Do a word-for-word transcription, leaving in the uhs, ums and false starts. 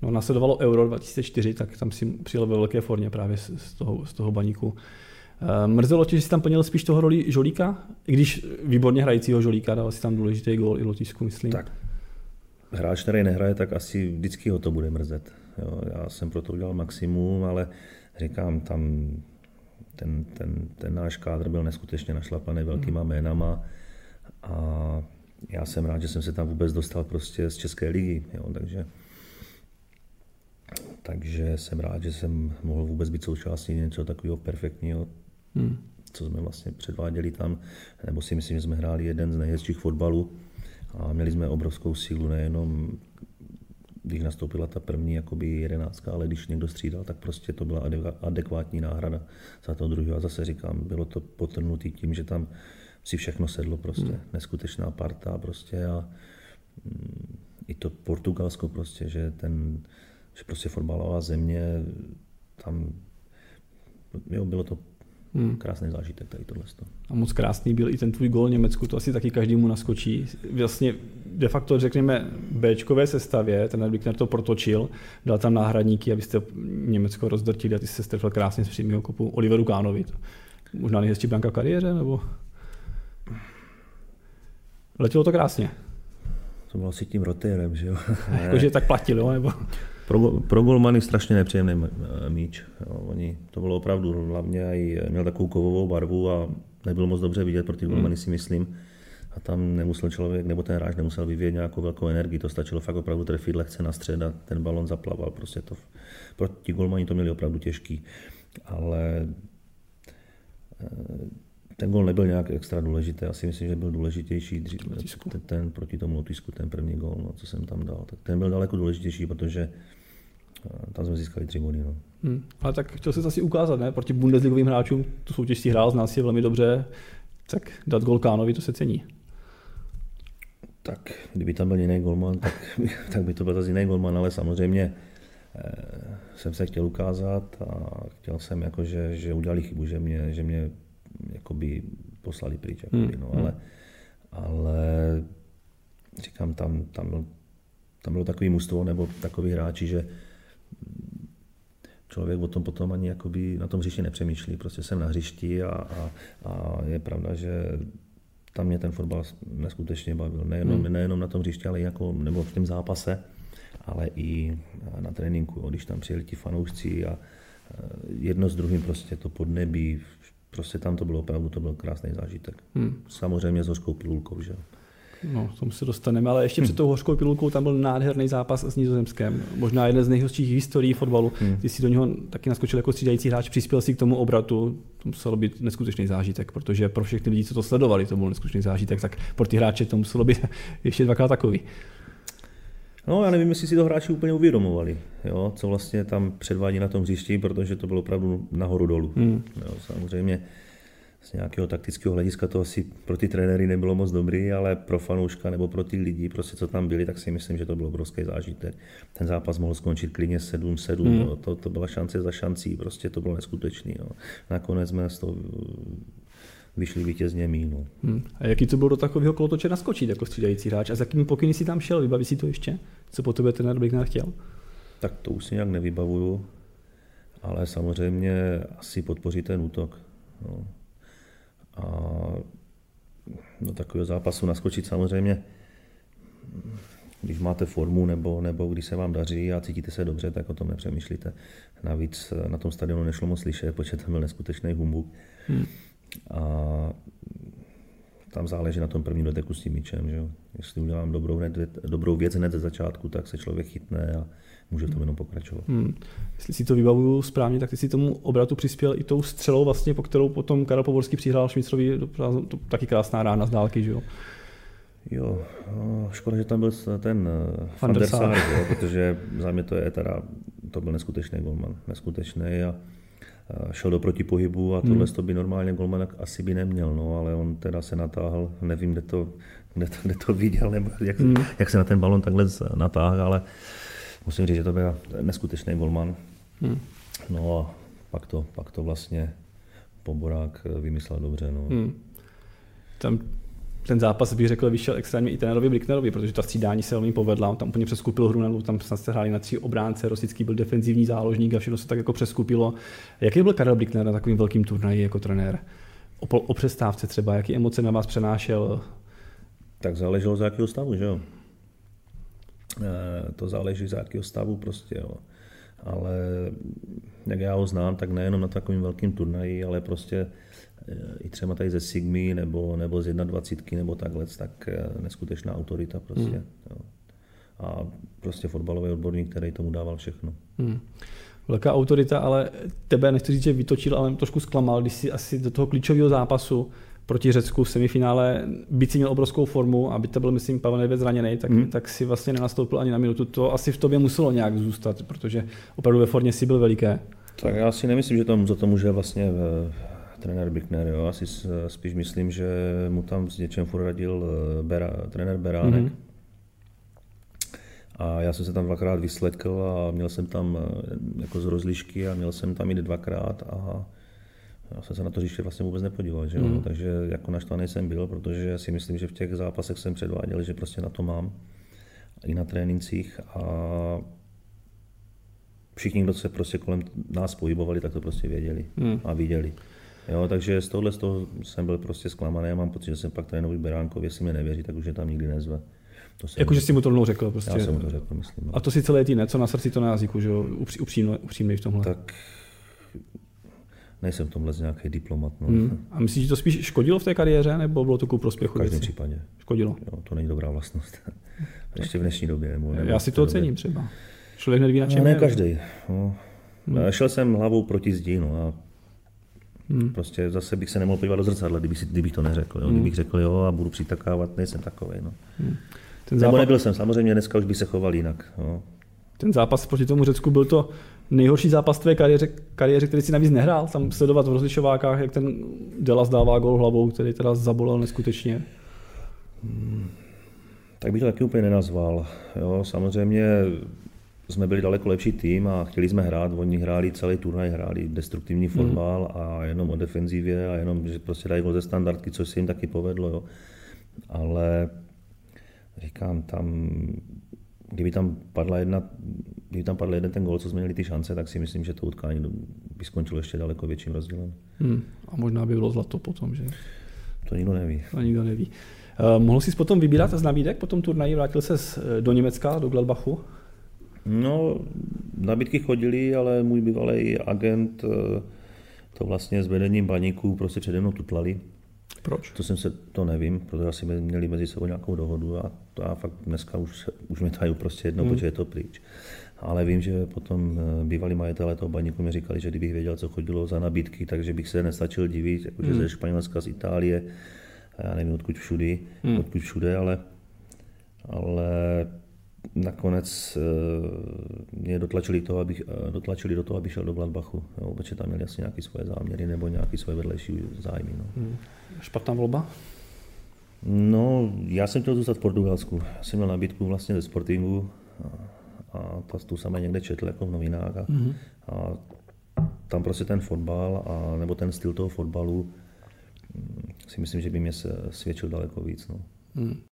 No, následovalo Euro dva tisíce čtyři, tak tam si přijel ve velké formě právě z, z, toho, z toho Baníku. Mrzelo tě, že jsi tam plnil spíš toho roli Žolíka? I když výborně hrajícího Žolíka, dal si tam důležitý gól i Lotyšsku, myslím. Tak hráč, který nehraje, tak asi vždycky ho to bude mrzet. Jo, já jsem pro to udělal maximum, ale říkám, tam ten, ten, ten náš kádr byl neskutečně našlapaný velkýma jménama a já jsem rád, že jsem se tam vůbec dostal prostě z České ligy, jo, takže, takže jsem rád, že jsem mohl vůbec být součástí něco takového perfektního, hmm. co jsme vlastně předváděli tam, nebo si myslím, že jsme hráli jeden z nejhezčích fotbalů a měli jsme obrovskou sílu, nejenom když nastoupila ta první jakoby jedenáctka, ale když někdo střídal, tak prostě to byla adekvátní náhrada za toho druhého. A zase říkám, bylo to potrhnutý tím, že tam si všechno sedlo prostě, hmm. neskutečná parta prostě a mm, i to Portugalsko prostě, že ten, že prostě fotbalová země, tam, jo, bylo to hmm. krásný zážitek tady tohle. A moc krásný byl i ten tvůj gól Německu, to asi taky každému naskočí. Vlastně de facto, řekněme, béčkové sestavě, ten Nadbikner to protočil, dal tam náhradníky, abyste Německo rozdrtili a ty se strefil krásně z přímého kopu Oliveru Kahnovi. Možná nejhezčí branka v kariéře, nebo? Letělo to krásně. To bylo asi tím rotérem, že jo? Jakože tak platil, jo? Nebo? Pro, pro golmany strašně nepříjemný míč. Jo. Oni, to bylo opravdu, hlavně i měl takovou kovovou barvu a nebylo moc dobře vidět pro ty golmany, hmm. si myslím. A tam nemusel člověk, nebo ten hráč nemusel vyvíjet nějakou velkou energii, to stačilo fakt opravdu trefit lehce na střed a ten balon zaplaval. Prostě to, pro ti golmani to měli opravdu těžký. Ale ten gól nebyl nějak extra důležitý, já si myslím, že byl důležitější dřív, ten, ten proti tomu Lotyšsku, ten první gól, no, co jsem tam dal. Tak ten byl daleko důležitější, protože tam jsme získali tři body. No. Hmm, ale tak chtěl jsi asi ukázat, ne? Proti bundesligovým hráčům tu soutěž si hrál, znal si je velmi dobře, tak dát gól Kahnovi, to se cení. Tak, kdyby tam byl jiný golman, tak, tak by to byl zase jiný golman, ale samozřejmě eh, jsem se chtěl ukázat a chtěl jsem, jako, že, že udělali chybu, že mě, že mě jakoby poslali pryč, jakoby, hmm. no, ale, ale říkám, tam, tam, byl, tam bylo takový mužstvo nebo takový hráči, že člověk o tom potom ani jakoby na tom hřišti nepřemýšlí, prostě jsem na hřišti a, a, a je pravda, že tam mě ten fotbal neskutečně bavil, nejenom, hmm. nejenom na tom hřišti, ale i jako, nebo v tom zápase, ale i na tréninku, když tam přijeli ti fanoušci a jedno s druhým prostě to podnebí, prostě tam to bylo opravdu, to byl krásný zážitek. Hmm. Samozřejmě s hořkou pilulkou, že? No, tomu se dostaneme, ale ještě hmm. před tou hořkou pilulkou tam byl nádherný zápas s Nizozemskem. Možná jeden z nejhorších historií fotbalu. Hmm. Ty si do něho taky naskočil jako střídající hráč, přispěl si k tomu obratu. To muselo být neskutečný zážitek, protože pro všechny lidi, co to sledovali, to byl neskutečný zážitek, tak pro ty hráče to muselo být ještě dvakrát takový. No, já nevím, jestli si to hráči úplně uvědomovali, jo, co vlastně tam předvádí na tom hřišti, protože to bylo opravdu nahoru dolů. Hmm. Jo, samozřejmě z nějakého taktického hlediska to asi pro ty trenéry nebylo moc dobrý, ale pro fanouška nebo pro ty lidi, prostě co tam byli, tak si myslím, že to byl obrovský zážitek. Ten zápas mohl skončit klidně sedm sedm, hmm. no, to, to byla šance za šancí, prostě to bylo neskutečný. No. Nakonec jsme z toho vyšli vítězně mínu. Hmm. A jaký to bylo do takového kolotoče naskočit jako střídající hráč? A za jakými pokyny si tam šel? Vybaví si to ještě? Co po tebe ten Nadbikner chtěl? Tak to už si nějak nevybavuju, ale samozřejmě asi podpoří ten útok. No. A do takového zápasu naskočit samozřejmě, když máte formu nebo, nebo když se vám daří a cítíte se dobře, tak o tom nepřemýšlíte. Navíc na tom stadionu nešlo moc slyšet, protože tam byl neskutečný humbuk. Hmm. A tam záleží na tom prvním doteku s tím míčem. Že? Jestli udělám dobrou, hned, dobrou věc hned ze začátku, tak se člověk chytne a může v tom jenom pokračovat. Hmm. Jestli si to vybavuju správně, tak ty si tomu obratu přispěl i tou střelou, vlastně, po kterou potom Karel Poborský přihrál Šmítrovi, to taky krásná rána z dálky, že jo? Jo, no, škoda, že tam byl ten Van der Sar, protože za mě to je teda, to byl neskutečný golman, neskutečný a šel do protipohybu a tohle hmm. to by normálně golman asi by neměl, no, ale on teda se natáhl, nevím, kde to, kde to, kde to viděl, nebo jak, hmm. jak se na ten balon takhle natáhl, ale musím říct, že to byl neskutečný golman. Hmm. No a pak to, pak to vlastně Poborák vymyslel dobře. No. Hmm. Tam ten zápas, bych řekl, vyšel extrémně i trenérovi Blicknerovi, protože ta střídání se velmi povedla, on tam úplně přeskupil hru, nebo tam snad se hráli na tři obránce, Rosický byl defenzivní záložník a všechno se tak jako přeskupilo. Jaký byl Karel Blickner na takovým velkým turnaji jako trenér? O, o přestávce třeba, jaký emoce na vás přenášel? Tak záleželo z jakého stavu, že jo? E, to záleží z jakého stavu prostě, jo. Ale jak já ho znám, tak nejenom na takovým velkým turnaji, ale prostě i třeba tady ze Sigmy nebo, nebo z dvacítky nebo takhle, tak neskutečná autorita prostě. Hmm. Jo. A prostě fotbalový odborník, který tomu dával všechno. Hmm. Velká autorita, ale tebe, nechci říct, že vytočil, ale trošku zklamal, když si asi do toho klíčového zápasu proti Řecku v semifinále, byť si měl obrovskou formu a byť to byl, myslím, Pavel Nedvěd zraněný, tak, hmm. tak si vlastně nenastoupil ani na minutu. To asi v tobě muselo nějak zůstat, protože opravdu ve formě si byl veliké. Tak já si nemyslím, že to za to může vlastně trenér Blickner, jo. Asi spíš myslím, že mu tam s něčem furt radil Bera, trenér Beránek. Mm-hmm. A já jsem se tam dvakrát vyslechl a měl jsem tam jako z rozlišky a měl jsem tam jít dvakrát a já jsem se na to hřiště vlastně vůbec nepodíval, že? Mm. Takže jako naštvaný jsem byl, protože si myslím, že v těch zápasech jsem předváděl, že prostě na to mám i na trénincích a všichni, kdo se prostě kolem nás pohybovali, tak to prostě věděli mm. a viděli. Jo, takže z tohohle z toho jsem byl prostě zklamaný. Já mám pocit, že jsem pak trénoval Beránkovi, jestli mi nevěří, tak už je tam nikdy nezve. Jakože jsi mu to rovnou řekl prostě. Já jsem mu to řekl, myslím. A to si celé týden, co na srdci, to na jazyku, že jo, upřímnej, upřímnej v tomhle. Tak nejsem v tomhle nějaký diplomat. No. Hmm. A myslíš, že to spíš škodilo v té kariéře, nebo bylo to ku prospěchu? V každém věci? případě. Škodilo. Jo, to není dobrá vlastnost. Ještě v dnešní době. Nebo, nebo Já si to ocením třeba. Člověk hned ví, na čem no, ne každý. No. Hmm. Šel jsem hlavou proti zdi, no a Hmm. prostě zase bych se nemohl podívat do zrcadla, kdybych, si, kdybych to neřekl. Jo. Hmm. Kdybych řekl, jo, a budu přitakávat, nejsem takovej. No. Hmm. Ten zápas... Nebo nebyl jsem, samozřejmě dneska už by se choval jinak. Jo. Ten zápas proti tomu Řecku byl to nejhorší zápas tvé kariéře, kariéře, který si navíc nehrál. Tam sledovat v rozlišovákách, jak ten Delas dává gól hlavou, který teda zabolel neskutečně. Hmm. Tak bych to taky úplně nenazval. Jo, samozřejmě jsme byli daleko lepší tým a chtěli jsme hrát, oni hráli celý turnaj, hráli destruktivní fotbal hmm. a jenom o defenzivě a jenom, že prostě dají gól ze standardky, což se jim taky povedlo. Jo. Ale říkám, tam, kdyby tam padla jedna, kdyby tam padl jeden ten gól, co jsme měli ty šance, tak si myslím, že to utkání by skončilo ještě daleko větším rozdílem. Hmm. A možná by bylo zlato potom, že? To nikdo neví. To nikdo neví. Uh, mohl jsi potom vybírat z nabídek po tom turnaji, vrátil ses do Německa, do Gladbachu? No, nabídky chodily, ale můj bývalý agent to vlastně s vedením Baníků prostě přede mnou tutlali. Proč? To jsem se, to nevím, protože asi měli mezi sebou nějakou dohodu a to já fakt dneska už, už mě tají prostě jedno, hmm. protože je to pryč. Ale vím, že potom bývalí majitelé toho Baníku mi říkali, že kdybych věděl, co chodilo za nabídky, takže bych se nestačil divit, jakože hmm. ze Španělska, z Itálie, já nevím odkud všudy, hmm. odkud všude, ale, ale nakonec mě dotlačili, toho, abych, dotlačili do toho, abych šel do Gladbachu, jo, protože tam měli asi nějaké svoje záměry nebo nějaké svoje vedlejší zájmy. No. Hmm. Špatná volba? No, já jsem chtěl zůstat v Portugalsku. Já jsem měl nabídku vlastně ze Sportingu a, a to, tu jsem někde četl jako v novinách a, hmm. a tam prostě ten fotbal a nebo ten styl toho fotbalu si myslím, že by mě se svědčil daleko víc. No. Hmm.